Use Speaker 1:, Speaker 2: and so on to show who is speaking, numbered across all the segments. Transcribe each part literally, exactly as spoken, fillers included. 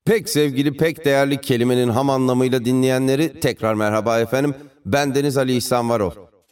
Speaker 1: Pek sevgili, pek değerli kelimenin ham anlamıyla dinleyenleri tekrar merhaba efendim. Ben Deniz Ali İhsan Varol.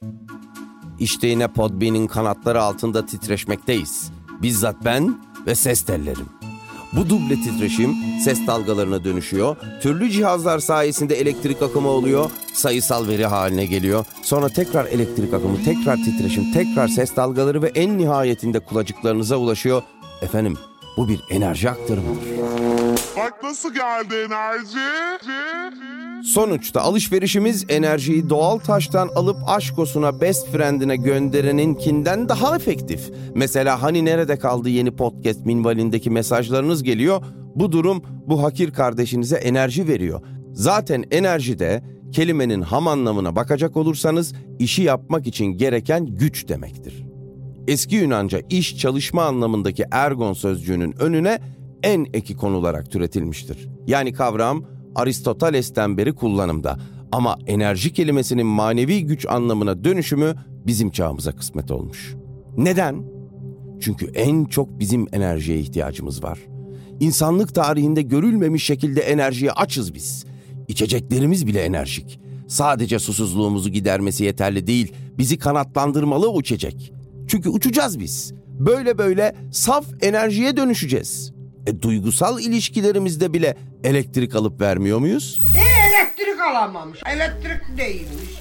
Speaker 1: İşte yine Podbean'in kanatları altında titreşmekteyiz. Bizzat ben ve ses tellerim. Bu duble titreşim ses dalgalarına dönüşüyor. Türlü cihazlar sayesinde elektrik akımı oluyor. Sayısal veri haline geliyor. Sonra tekrar elektrik akımı, tekrar titreşim, tekrar ses dalgaları ve en nihayetinde kulacıklarınıza ulaşıyor. Efendim, bu bir enerji aktarımıdır.
Speaker 2: Bak nasıl geldi enerji?
Speaker 1: Sonuçta alışverişimiz enerjiyi doğal taştan alıp aşkosuna, best friend'ine göndereninkinden daha efektif. Mesela hani nerede kaldı yeni podcast minvalindeki mesajlarınız geliyor. Bu durum bu hakir kardeşinize enerji veriyor. Zaten enerji de kelimenin ham anlamına bakacak olursanız işi yapmak için gereken güç demektir. Eski Yunanca iş çalışma anlamındaki ergon sözcüğünün önüne en eki konularak türetilmiştir. Yani kavram Aristoteles'ten beri kullanımda. Ama enerji kelimesinin manevi güç anlamına dönüşümü bizim çağımıza kısmet olmuş. Neden? Çünkü en çok bizim enerjiye ihtiyacımız var. İnsanlık tarihinde görülmemiş şekilde enerjiye açız biz. İçeceklerimiz bile enerjik. Sadece susuzluğumuzu gidermesi yeterli değil, bizi kanatlandırmalı o içecek. Çünkü uçacağız biz. Böyle böyle saf enerjiye dönüşeceğiz. E, duygusal ilişkilerimizde bile elektrik alıp vermiyor muyuz?
Speaker 3: E, elektrik alamamış. Elektrik değilmiş.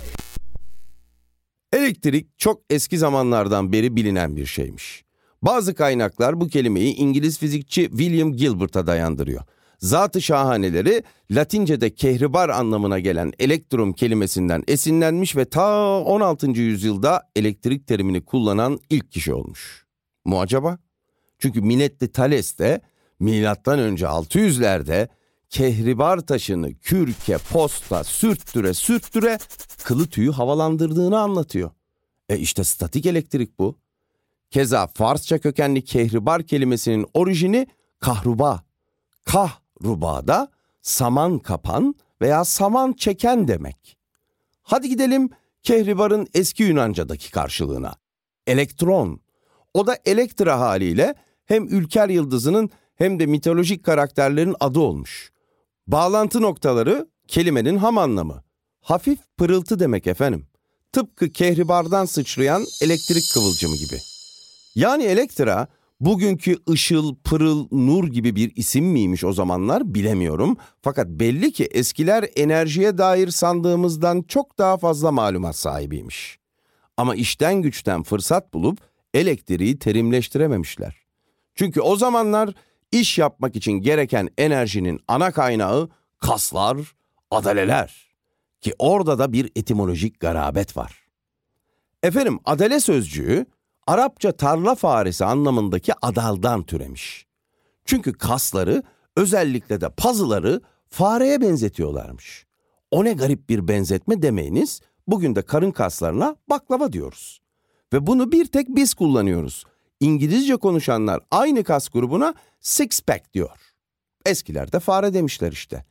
Speaker 1: Elektrik çok eski zamanlardan beri bilinen bir şeymiş. Bazı kaynaklar bu kelimeyi İngiliz fizikçi William Gilbert'a dayandırıyor. Zat-ı şahaneleri Latince'de kehribar anlamına gelen elektrum kelimesinden esinlenmiş ve ta on altıncı yüzyılda elektrik terimini kullanan ilk kişi olmuş. Mu acaba? Çünkü Minetli Thales de milattan önce altı yüzlerde kehribar taşını kürke, posta, sürttüre sürttüre kılı tüyü havalandırdığını anlatıyor. E işte statik elektrik bu. Keza Farsça kökenli kehribar kelimesinin orijini kahruba. Kahruba da saman kapan veya saman çeken demek. Hadi gidelim kehribarın eski Yunanca'daki karşılığına. Elektron. O da elektra haliyle hem Ülker Yıldızı'nın hem de mitolojik karakterlerin adı olmuş. Bağlantı noktaları kelimenin ham anlamı. Hafif pırıltı demek efendim. Tıpkı kehribardan sıçrayan elektrik kıvılcımı gibi. Yani elektra bugünkü ışıl, pırıl, nur gibi bir isim miymiş o zamanlar bilemiyorum. Fakat belli ki eskiler enerjiye dair sandığımızdan çok daha fazla malumat sahibiymiş. Ama işten güçten fırsat bulup elektriği terimleştirememişler. Çünkü o zamanlar iş yapmak için gereken enerjinin ana kaynağı kaslar, adaleler. Ki orada da bir etimolojik garabet var. Efendim, adale sözcüğü Arapça tarla faresi anlamındaki adaldan türemiş. Çünkü kasları, özellikle de pazıları fareye benzetiyorlarmış. O ne garip bir benzetme demeyiniz, bugün de karın kaslarına baklava diyoruz. Ve bunu bir tek biz kullanıyoruz. İngilizce konuşanlar aynı kas grubuna six pack diyor. Eskiler de fare demişler işte.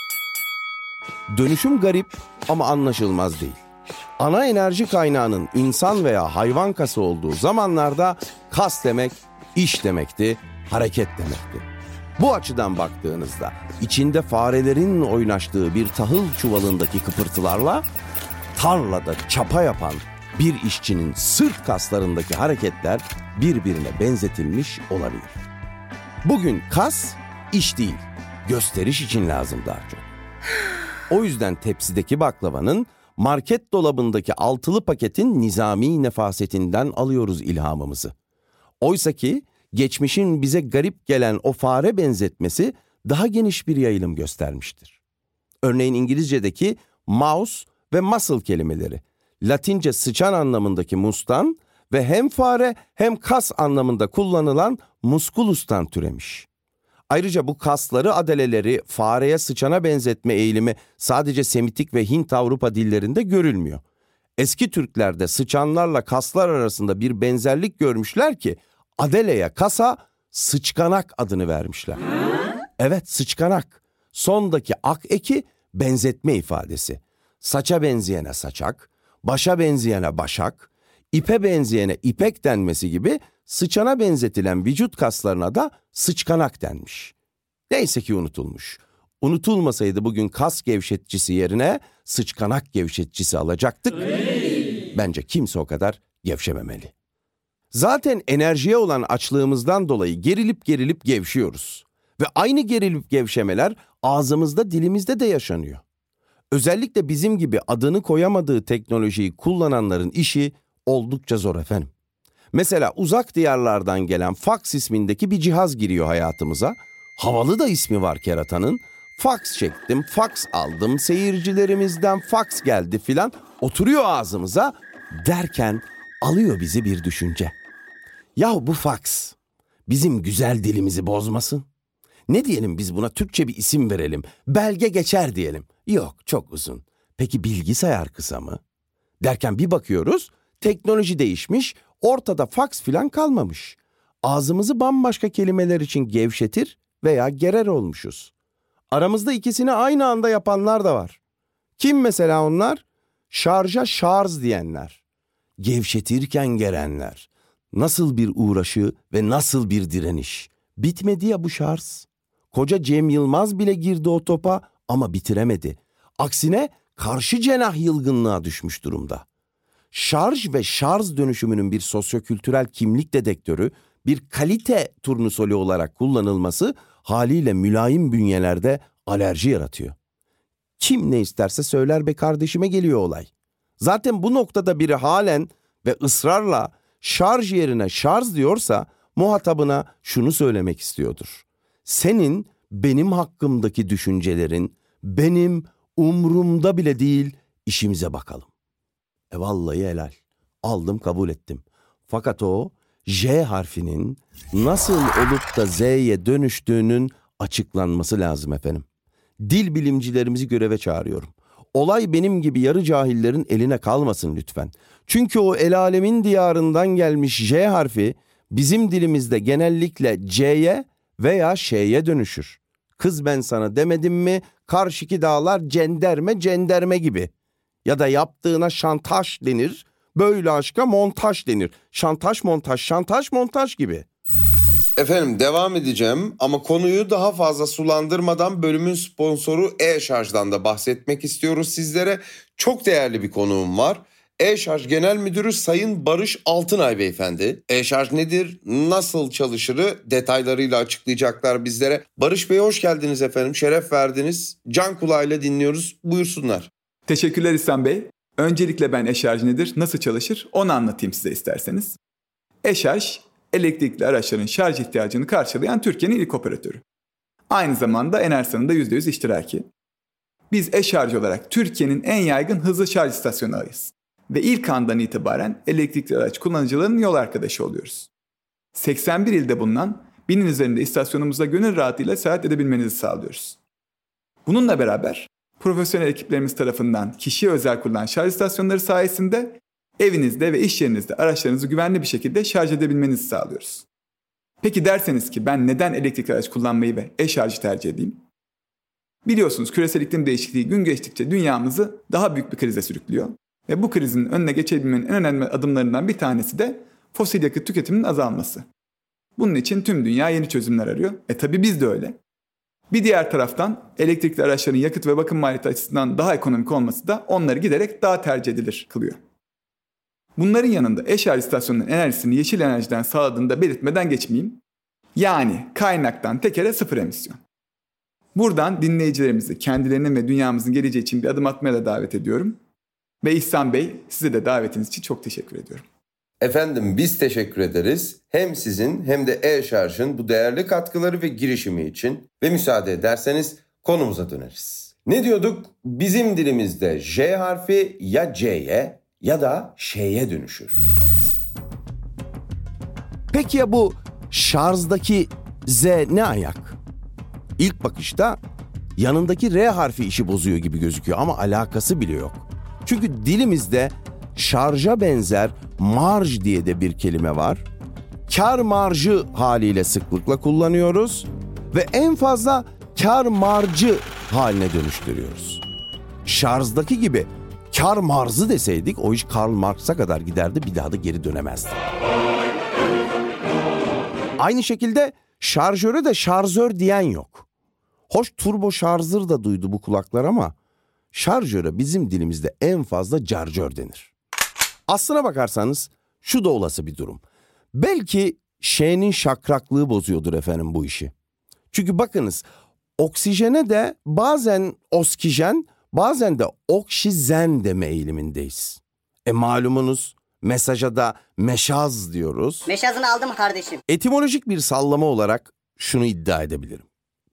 Speaker 1: Dönüşüm garip ama anlaşılmaz değil. Ana enerji kaynağının insan veya hayvan kası olduğu zamanlarda kas demek, iş demekti, hareket demekti. Bu açıdan baktığınızda içinde farelerin oynaştığı bir tahıl çuvalındaki kıpırtılarla tarlada çapa yapan bir işçinin sırt kaslarındaki hareketler birbirine benzetilmiş olabilir. Bugün kas iş değil, gösteriş için lazım daha çok. O yüzden tepsideki baklavanın market dolabındaki altılı paketin nizami nefasetinden alıyoruz ilhamımızı. Oysaki geçmişin bize garip gelen o fare benzetmesi daha geniş bir yayılım göstermiştir. Örneğin İngilizce'deki mouse ve muscle kelimeleri, Latince sıçan anlamındaki mustan ve hem fare hem kas anlamında kullanılan musculus'tan türemiş. Ayrıca bu kasları, adaleleri fareye, sıçana benzetme eğilimi sadece Semitik ve Hint-Avrupa dillerinde görülmüyor. Eski Türklerde sıçanlarla kaslar arasında bir benzerlik görmüşler ki adeleye, kasa sıçkanak adını vermişler. Evet, sıçkanak. Sondaki ak eki benzetme ifadesi. Saça benzeyene saçak, başa benzeyene başak, ipe benzeyene ipek denmesi gibi sıçana benzetilen vücut kaslarına da sıçkanak denmiş. Neyse ki unutulmuş. Unutulmasaydı bugün kas gevşetçisi yerine sıçkanak gevşetçisi alacaktık. Bence kimse o kadar gevşememeli. Zaten enerjiye olan açlığımızdan dolayı gerilip gerilip gevşiyoruz. Ve aynı gerilip gevşemeler ağzımızda, dilimizde de yaşanıyor. Özellikle bizim gibi adını koyamadığı teknolojiyi kullananların işi oldukça zor efendim. Mesela uzak diyarlardan gelen fax ismindeki bir cihaz giriyor hayatımıza. Havalı da ismi var keratanın. Fax çektim, fax aldım, seyircilerimizden fax geldi filan. Oturuyor ağzımıza derken alıyor bizi bir düşünce. Yahu bu fax bizim güzel dilimizi bozmasın. Ne diyelim biz buna, Türkçe bir isim verelim. Belge geçer diyelim. Yok, çok uzun. Peki bilgisayar kısa mı? Derken bir bakıyoruz, teknoloji değişmiş, ortada fax filan kalmamış. Ağzımızı bambaşka kelimeler için gevşetir veya gerer olmuşuz. Aramızda ikisini aynı anda yapanlar da var. Kim mesela onlar? Şarja şarj diyenler. Gevşetirken gerenler. Nasıl bir uğraşı ve nasıl bir direniş. Bitmedi ya bu şarj. Koca Cem Yılmaz bile girdi o topa ama bitiremedi. Aksine karşı cenah yılgınlığa düşmüş durumda. Şarj ve şarj dönüşümünün bir sosyokültürel kimlik dedektörü, bir kalite turnusolü olarak kullanılması haliyle mülayim bünyelerde alerji yaratıyor. Kim ne isterse söyler be kardeşime geliyor olay. Zaten bu noktada biri halen ve ısrarla şarj yerine şarj diyorsa muhatabına şunu söylemek istiyordur. Senin benim hakkımdaki düşüncelerin benim umrumda bile değil, işimize bakalım. E vallahi helal. Aldım, kabul ettim. Fakat o J harfinin nasıl olup da Z'ye dönüştüğünün açıklanması lazım efendim. Dil bilimcilerimizi göreve çağırıyorum. Olay benim gibi yarı cahillerin eline kalmasın lütfen. Çünkü o el alemin diyarından gelmiş J harfi bizim dilimizde genellikle C'ye veya Ş'ye dönüşür. Kız ben sana demedim mi, karşıki dağlar cenderme cenderme gibi. Ya da yaptığına şantaj denir, böyle aşka montaj denir. Şantaj montaj, şantaj montaj gibi.
Speaker 4: Efendim devam edeceğim ama konuyu daha fazla sulandırmadan bölümün sponsoru E-Şarj'dan da bahsetmek istiyoruz sizlere. Çok değerli bir konuğum var. E-Şarj Genel Müdürü Sayın Barış Altınay Beyefendi. E-Şarj nedir, nasıl çalışırı detaylarıyla açıklayacaklar bizlere. Barış Bey hoş geldiniz efendim, şeref verdiniz. Can kulağıyla dinliyoruz, buyursunlar.
Speaker 5: Teşekkürler İhsan Bey. Öncelikle ben e-şarj nedir, nasıl çalışır onu anlatayım size isterseniz. E-Şarj, elektrikli araçların şarj ihtiyacını karşılayan Türkiye'nin ilk operatörü. Aynı zamanda Enersan'ın da yüzde yüz iştiraki. Biz e-şarj olarak Türkiye'nin en yaygın hızlı şarj istasyonu ağıyız. Ve ilk andan itibaren elektrikli araç kullanıcılarının yol arkadaşı oluyoruz. seksen bir ilde bulunan binin üzerinde istasyonumuzda gönül rahatlığıyla seyahat edebilmenizi sağlıyoruz. Bununla beraber profesyonel ekiplerimiz tarafından kişiye özel kurulan şarj istasyonları sayesinde evinizde ve iş yerinizde araçlarınızı güvenli bir şekilde şarj edebilmenizi sağlıyoruz. Peki derseniz ki ben neden elektrikli araç kullanmayı ve e-şarjı tercih edeyim? Biliyorsunuz küresel iklim değişikliği gün geçtikçe dünyamızı daha büyük bir krize sürüklüyor. Ve bu krizin önüne geçebilmenin en önemli adımlarından bir tanesi de fosil yakıt tüketiminin azalması. Bunun için tüm dünya yeni çözümler arıyor. E tabi biz de öyle. Bir diğer taraftan elektrikli araçların yakıt ve bakım maliyeti açısından daha ekonomik olması da onları giderek daha tercih edilir kılıyor. Bunların yanında e-şarj istasyonunun enerjisini yeşil enerjiden sağladığını da belirtmeden geçmeyeyim. Yani kaynaktan tekere sıfır emisyon. Buradan dinleyicilerimizi kendilerinin ve dünyamızın geleceği için bir adım atmaya da davet ediyorum. Ve İhsan Bey, size de davetiniz için çok teşekkür ediyorum.
Speaker 4: Efendim biz teşekkür ederiz. Hem sizin hem de E-Şarj'ın bu değerli katkıları ve girişimi için. Ve müsaade ederseniz konumuza döneriz. Ne diyorduk? Bizim dilimizde J harfi ya C'ye ya da Ş'ye dönüşür.
Speaker 1: Peki ya bu şarjdaki Z ne ayak? İlk bakışta yanındaki R harfi işi bozuyor gibi gözüküyor ama alakası bile yok. Çünkü dilimizde şarja benzer marj diye de bir kelime var. Kar marjı haliyle sıklıkla kullanıyoruz ve en fazla kar marjı haline dönüştürüyoruz. Şarjdaki gibi kar marzı deseydik o iş Karl Marx'a kadar giderdi, bir daha da geri dönemezdi. Aynı şekilde şarjöre de şarjör diyen yok. Hoş turbo şarjır da duydu bu kulaklar ama şarjöre bizim dilimizde en fazla carjör denir. Aslına bakarsanız şu da olası bir durum. Belki Ş'nin şakraklığı bozuyordur efendim bu işi. Çünkü bakınız oksijene de bazen oskijen bazen de oksijen deme eğilimindeyiz. E malumunuz mesaja da meşaz diyoruz.
Speaker 6: Meşazını aldım kardeşim.
Speaker 1: Etimolojik bir sallama olarak şunu iddia edebilirim.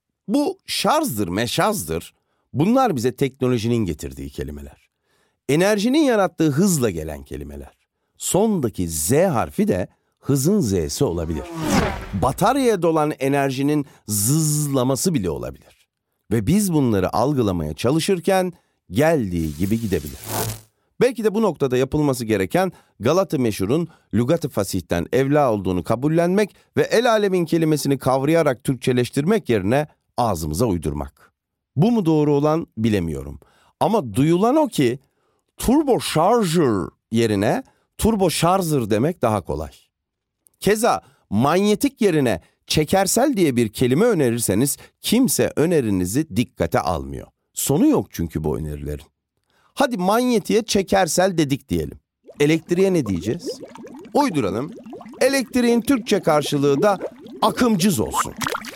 Speaker 1: Bu şarjdır, meşazdır. Bunlar bize teknolojinin getirdiği kelimeler. Enerjinin yarattığı hızla gelen kelimeler. Sondaki Z harfi de hızın Z'si olabilir. Bataryaya dolan enerjinin zızlaması bile olabilir. Ve biz bunları algılamaya çalışırken geldiği gibi gidebilir. Belki de bu noktada yapılması gereken Galata meşhurun lügat-ı fasihten evla olduğunu kabullenmek ve el alemin kelimesini kavrayarak Türkçeleştirmek yerine ağzımıza uydurmak. Bu mu doğru olan bilemiyorum. Ama duyulan o ki turbo şarjır yerine turbo şarjır demek daha kolay. Keza manyetik yerine çekersel diye bir kelime önerirseniz kimse önerinizi dikkate almıyor. Sonu yok çünkü bu önerilerin. Hadi manyetiğe çekersel dedik diyelim. Elektriğe ne diyeceğiz? Uyduralım. Elektriğin Türkçe karşılığı da akımcız olsun.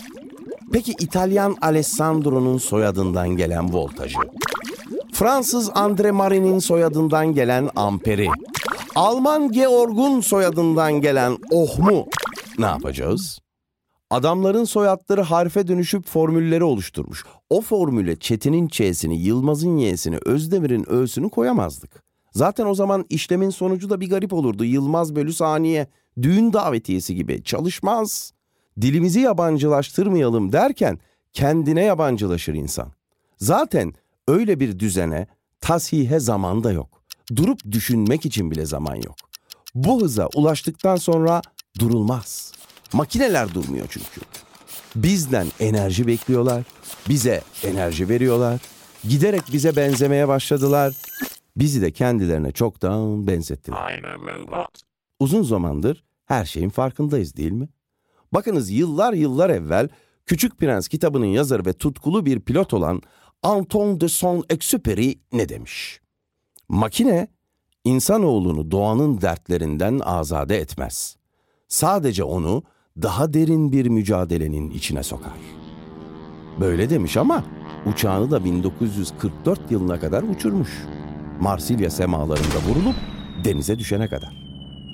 Speaker 1: Peki İtalyan Alessandro'nun soyadından gelen voltajı, Fransız André Marie'nin soyadından gelen amperi, Alman Georg'un soyadından gelen ohmu ne yapacağız? Adamların soyadları harfe dönüşüp formülleri oluşturmuş. O formüle Çetin'in Ç'sini, Yılmaz'ın Y'sini, Özdemir'in Ö'sünü koyamazdık. Zaten o zaman işlemin sonucu da bir garip olurdu. Yılmaz bölü saniye, düğün davetiyesi gibi çalışmaz. Dilimizi yabancılaştırmayalım derken kendine yabancılaşır insan. Zaten öyle bir düzene, tasihe zaman da yok. Durup düşünmek için bile zaman yok. Bu hıza ulaştıktan sonra durulmaz. Makineler durmuyor çünkü. Bizden enerji bekliyorlar, bize enerji veriyorlar. Giderek bize benzemeye başladılar. Bizi de kendilerine çoktan benzettiler.
Speaker 2: Aynen öyle.
Speaker 1: Uzun zamandır her şeyin farkındayız değil mi? Bakınız yıllar yıllar evvel Küçük Prens kitabının yazarı ve tutkulu bir pilot olan Antoine de Saint-Exupéry ne demiş? Makine, insanoğlunu doğanın dertlerinden azade etmez. Sadece onu daha derin bir mücadelenin içine sokar. Böyle demiş ama uçağını da bin dokuz yüz kırk dört yılına kadar uçurmuş. Marsilya semalarında vurulup denize düşene kadar.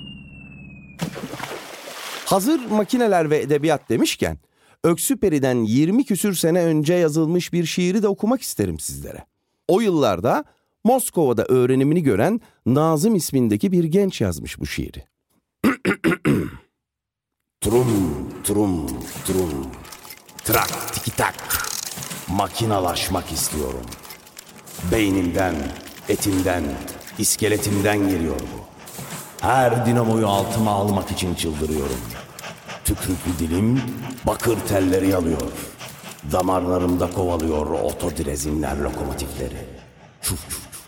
Speaker 1: Hazır makineler ve edebiyat demişken, Öksüperi'den yirmi küsür sene önce yazılmış bir şiiri de okumak isterim sizlere. O yıllarda Moskova'da öğrenimini gören Nazım ismindeki bir genç yazmış bu şiiri. Trum, trum, trum, trak tiki tak, makinalaşmak istiyorum. Beynimden, etimden, iskeletimden geliyor bu. Her dinamoyu altıma almak için çıldırıyorum. Tükrüklü dilim bakır telleri yalıyor. Damarlarımda kovalıyor otodirezinler lokomotifleri. Çuf çuf çuf.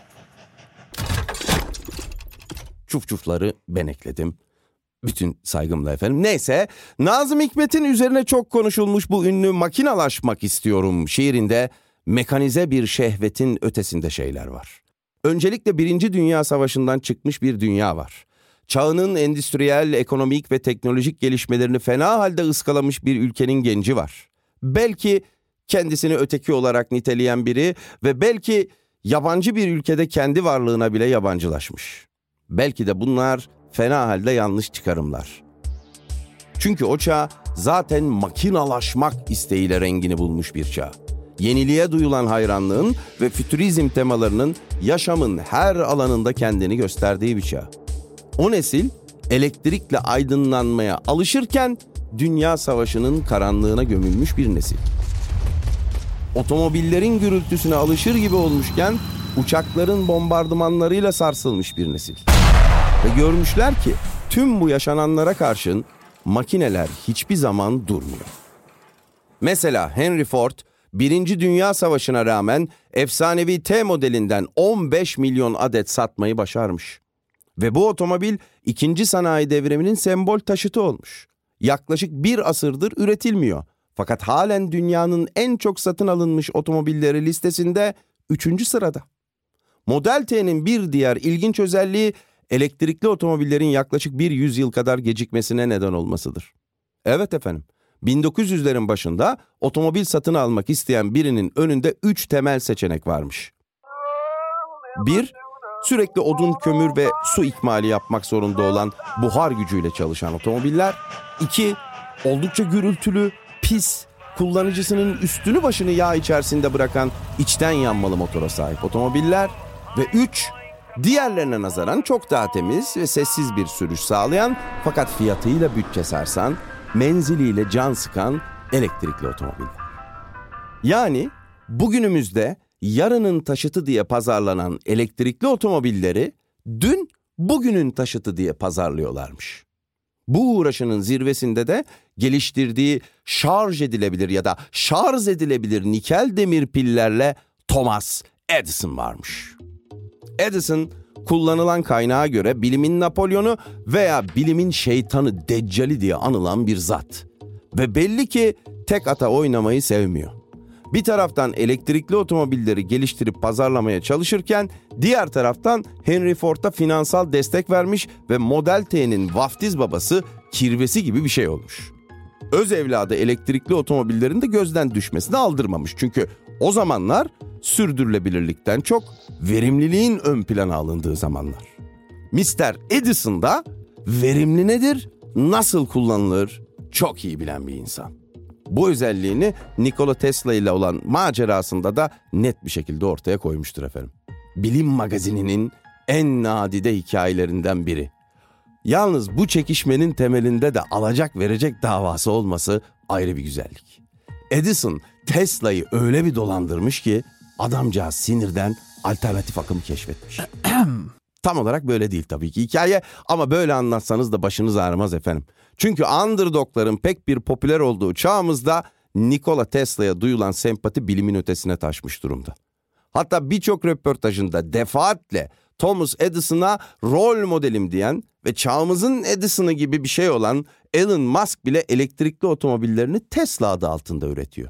Speaker 1: Çuf çufları ben ekledim. Bütün saygımla efendim. Neyse, Nazım Hikmet'in üzerine çok konuşulmuş bu ünlü makinalaşmak istiyorum şiirinde mekanize bir şehvetin ötesinde şeyler var. Öncelikle Birinci Dünya Savaşı'ndan çıkmış bir dünya var. Çağının endüstriyel, ekonomik ve teknolojik gelişmelerini fena halde ıskalamış bir ülkenin genci var. Belki kendisini öteki olarak niteleyen biri ve belki yabancı bir ülkede kendi varlığına bile yabancılaşmış. Belki de bunlar fena halde yanlış çıkarımlar. Çünkü o çağ zaten makinalaşmak isteğiyle rengini bulmuş bir çağ. Yeniliğe duyulan hayranlığın ve fütürizm temalarının yaşamın her alanında kendini gösterdiği bir çağ. O nesil elektrikle aydınlanmaya alışırken Dünya Savaşı'nın karanlığına gömülmüş bir nesil. Otomobillerin gürültüsüne alışır gibi olmuşken uçakların bombardımanlarıyla sarsılmış bir nesil. Ve görmüşler ki tüm bu yaşananlara karşın makineler hiçbir zaman durmuyor. Mesela Henry Ford, Birinci Dünya Savaşı'na rağmen efsanevi T modelinden on beş milyon adet satmayı başarmış. Ve bu otomobil ikinci sanayi devriminin sembol taşıtı olmuş. Yaklaşık bir asırdır üretilmiyor. Fakat halen dünyanın en çok satın alınmış otomobilleri listesinde üçüncü sırada. Model T'nin bir diğer ilginç özelliği elektrikli otomobillerin yaklaşık bir yüzyıl kadar gecikmesine neden olmasıdır. Evet efendim, bin dokuz yüzlerin başında otomobil satın almak isteyen birinin önünde üç temel seçenek varmış. Bir, sürekli odun, kömür ve su ikmali yapmak zorunda olan buhar gücüyle çalışan otomobiller. İki, oldukça gürültülü, pis, kullanıcısının üstünü başını yağ içerisinde bırakan içten yanmalı motora sahip otomobiller. Ve üç, diğerlerine nazaran çok daha temiz ve sessiz bir sürüş sağlayan fakat fiyatıyla bütçe sarsan, menziliyle can sıkan elektrikli otomobiller. Yani bugünümüzde yarının taşıtı diye pazarlanan elektrikli otomobilleri dün bugünün taşıtı diye pazarlıyorlarmış. Bu uğraşının zirvesinde de geliştirdiği şarj edilebilir ya da şarj edilebilir nikel demir pillerle Thomas Edison varmış. Edison, kullanılan kaynağa göre bilimin Napolyon'u veya bilimin şeytanı Deccali diye anılan bir zat. Ve belli ki tek ata oynamayı sevmiyor. Bir taraftan elektrikli otomobilleri geliştirip pazarlamaya çalışırken diğer taraftan Henry Ford'a finansal destek vermiş ve Model T'nin vaftiz babası, kirvesi gibi bir şey olmuş. Öz evladı elektrikli otomobillerin de gözden düşmesini aldırmamış. Çünkü o zamanlar sürdürülebilirlikten çok verimliliğin ön plana alındığı zamanlar. mister Edison da verimli nedir, nasıl kullanılır çok iyi bilen bir insan. Bu özelliğini Nikola Tesla ile olan macerasında da net bir şekilde ortaya koymuştur efendim. Bilim magazininin en nadide hikayelerinden biri. Yalnız bu çekişmenin temelinde de alacak verecek davası olması ayrı bir güzellik. Edison Tesla'yı öyle bir dolandırmış ki adamcağız sinirden alternatif akımı keşfetmiş. Tam olarak böyle değil tabii ki hikaye ama böyle anlatsanız da başınız ağrımaz efendim. Çünkü underdogların pek bir popüler olduğu çağımızda Nikola Tesla'ya duyulan sempati bilimin ötesine taşmış durumda. Hatta birçok röportajında defaatle Thomas Edison'a rol modelim diyen ve çağımızın Edison'ı gibi bir şey olan Elon Musk bile elektrikli otomobillerini Tesla adı altında üretiyor.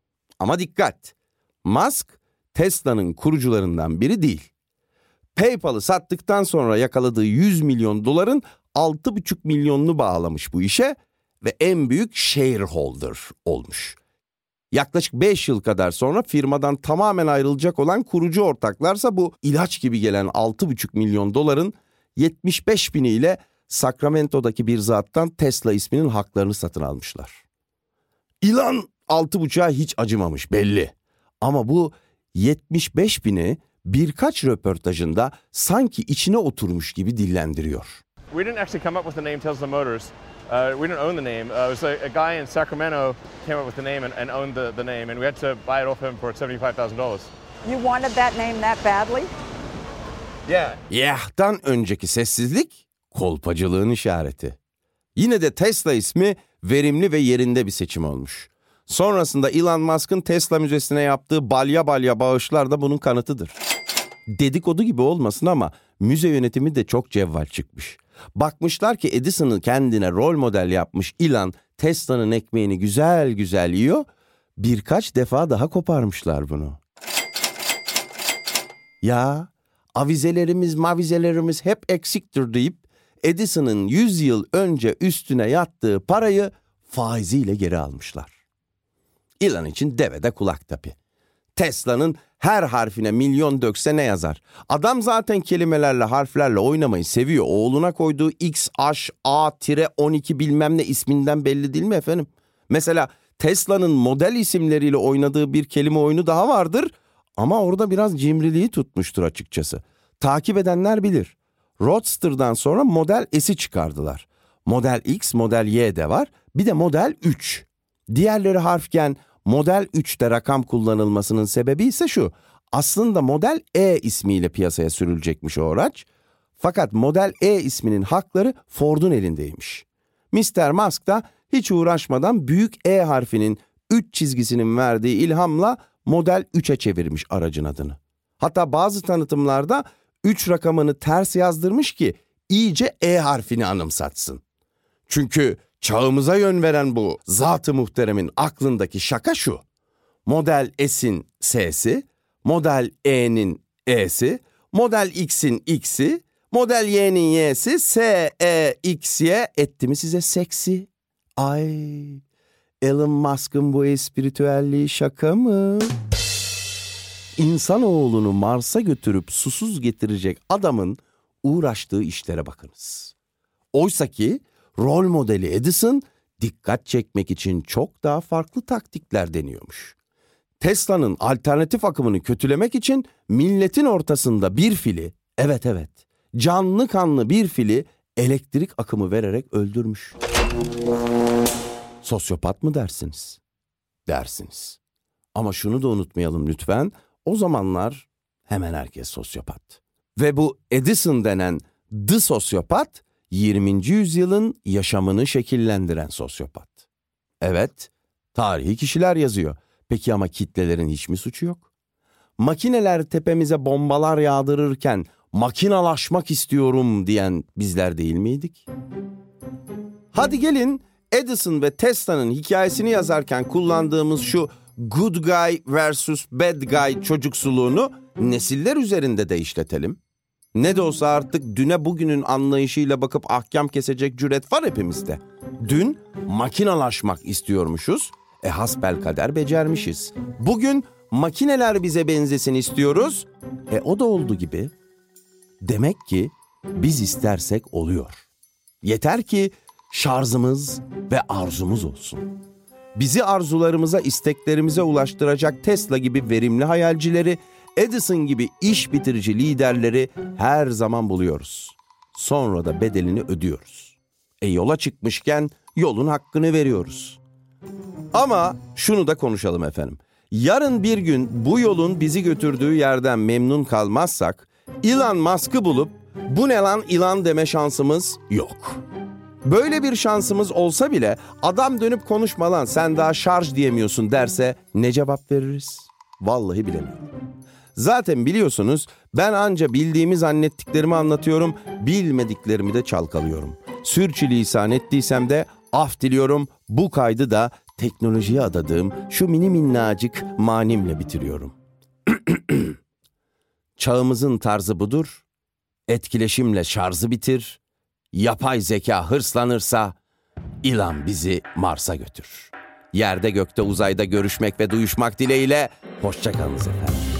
Speaker 1: Ama dikkat! Musk Tesla'nın kurucularından biri değil. PayPal'ı sattıktan sonra yakaladığı yüz milyon doların altı buçuk milyonunu bağlamış bu işe ve en büyük shareholder olmuş. Yaklaşık beş yıl kadar sonra firmadan tamamen ayrılacak olan kurucu ortaklarsa bu ilaç gibi gelen altı buçuk milyon doların yetmiş beş biniyle Sacramento'daki bir zattan Tesla isminin haklarını satın almışlar. İlan altı buçuğa hiç acımamış belli. Ama bu yetmiş beş bini birkaç röportajında sanki içine oturmuş gibi dillendiriyor.
Speaker 6: We didn't actually come up with the name Tesla Motors. Uh, we didn't own the name. Uh, it was a, a guy in Sacramento came up with the name and, and owned the, the name, and we had to buy it off him for seventy-five thousand dollars.
Speaker 7: You wanted that name that badly?
Speaker 6: Yeah.
Speaker 1: Yah'tan önceki sessizlik kolpacılığın işareti. Yine de Tesla ismi verimli ve yerinde bir seçim olmuş. Sonrasında Elon Musk'ın Tesla müzesine yaptığı balya balya bağışlar da bunun kanıtıdır. Dedikodu gibi olmasın ama müze yönetimi de çok cevval çıkmış. Bakmışlar ki Edison'ı kendine rol model yapmış Elon Tesla'nın ekmeğini güzel güzel yiyor. Birkaç defa daha koparmışlar bunu. Ya avizelerimiz mavizelerimiz hep eksiktir deyip Edison'ın yüz yıl önce üstüne yattığı parayı faiziyle geri almışlar. Elon için devede kulak tabii. Tesla'nın her harfine milyon dökse ne yazar? Adam zaten kelimelerle, harflerle oynamayı seviyor. Oğluna koyduğu X, H, A, on iki bilmem ne isminden belli değil mi efendim? Mesela Tesla'nın model isimleriyle oynadığı bir kelime oyunu daha vardır. Ama orada biraz cimriliği tutmuştur açıkçası. Takip edenler bilir. Roadster'dan sonra Model S'i çıkardılar. Model X, Model Y de var. Bir de Model üç. Diğerleri harfken Model üçte rakam kullanılmasının sebebi ise şu. Aslında Model E ismiyle piyasaya sürülecekmiş o araç. Fakat Model E isminin hakları Ford'un elindeymiş. mister Musk da hiç uğraşmadan büyük E harfinin üç çizgisinin verdiği ilhamla Model üçe çevirmiş aracın adını. Hatta bazı tanıtımlarda üç rakamını ters yazdırmış ki iyice E harfini anımsatsın. Çünkü Çağımıza yön veren bu zat-ı muhteremin aklındaki şaka şu. Model S'in S'si, Model E'nin E'si, Model X'in X'i, Model Y'nin Y'si, S, E, X, Y etti mi size seksi? Ay, Elon Musk'ın bu espritüelliği şaka mı? İnsanoğlunu Mars'a götürüp susuz getirecek adamın uğraştığı işlere bakınız. Oysaki rol modeli Edison dikkat çekmek için çok daha farklı taktikler deniyormuş. Tesla'nın alternatif akımını kötülemek için milletin ortasında bir fili, evet evet, canlı kanlı bir fili elektrik akımı vererek öldürmüş. Sosyopat mı dersiniz? Dersiniz. Ama şunu da unutmayalım lütfen, o zamanlar hemen herkes sosyopat. Ve bu Edison denen the sosyopat, yirminci yüzyılın yaşamını şekillendiren sosyopat. Evet, tarihi kişiler yazıyor. Peki ama kitlelerin hiç mi suçu yok? Makineler tepemize bombalar yağdırırken makinalaşmak istiyorum diyen bizler değil miydik? Hadi gelin Edison ve Tesla'nın hikayesini yazarken kullandığımız şu good guy versus bad guy çocuksuluğunu nesiller üzerinde de işletelim. Ne de olsa artık düne bugünün anlayışıyla bakıp ahkam kesecek cüret var hepimizde. Dün makinalaşmak istiyormuşuz, e hasbelkader becermişiz. Bugün makineler bize benzesin istiyoruz, e o da oldu gibi. Demek ki biz istersek oluyor. Yeter ki şarjımız ve arzumuz olsun. Bizi arzularımıza, isteklerimize ulaştıracak Tesla gibi verimli hayalcileri, Edison gibi iş bitirici liderleri her zaman buluyoruz. Sonra da bedelini ödüyoruz. E yola çıkmışken yolun hakkını veriyoruz. Ama şunu da konuşalım efendim. Yarın bir gün bu yolun bizi götürdüğü yerden memnun kalmazsak, Elon Musk'ı bulup bu ne lan ilan deme şansımız yok. Böyle bir şansımız olsa bile adam dönüp konuşma lan sen daha şarj diyemiyorsun derse ne cevap veririz? Vallahi bilemiyorum. Zaten biliyorsunuz ben anca bildiğimi zannettiklerimi anlatıyorum, bilmediklerimi de çalkalıyorum. Sürçülisan ettiysem de af diliyorum, bu kaydı da teknolojiye adadığım şu mini minnacık manimle bitiriyorum. Çağımızın tarzı budur, etkileşimle şarjı bitir, yapay zeka hırslanırsa İlan bizi Mars'a götür. Yerde gökte uzayda görüşmek ve duyuşmak dileğiyle hoşça kalınız efendim.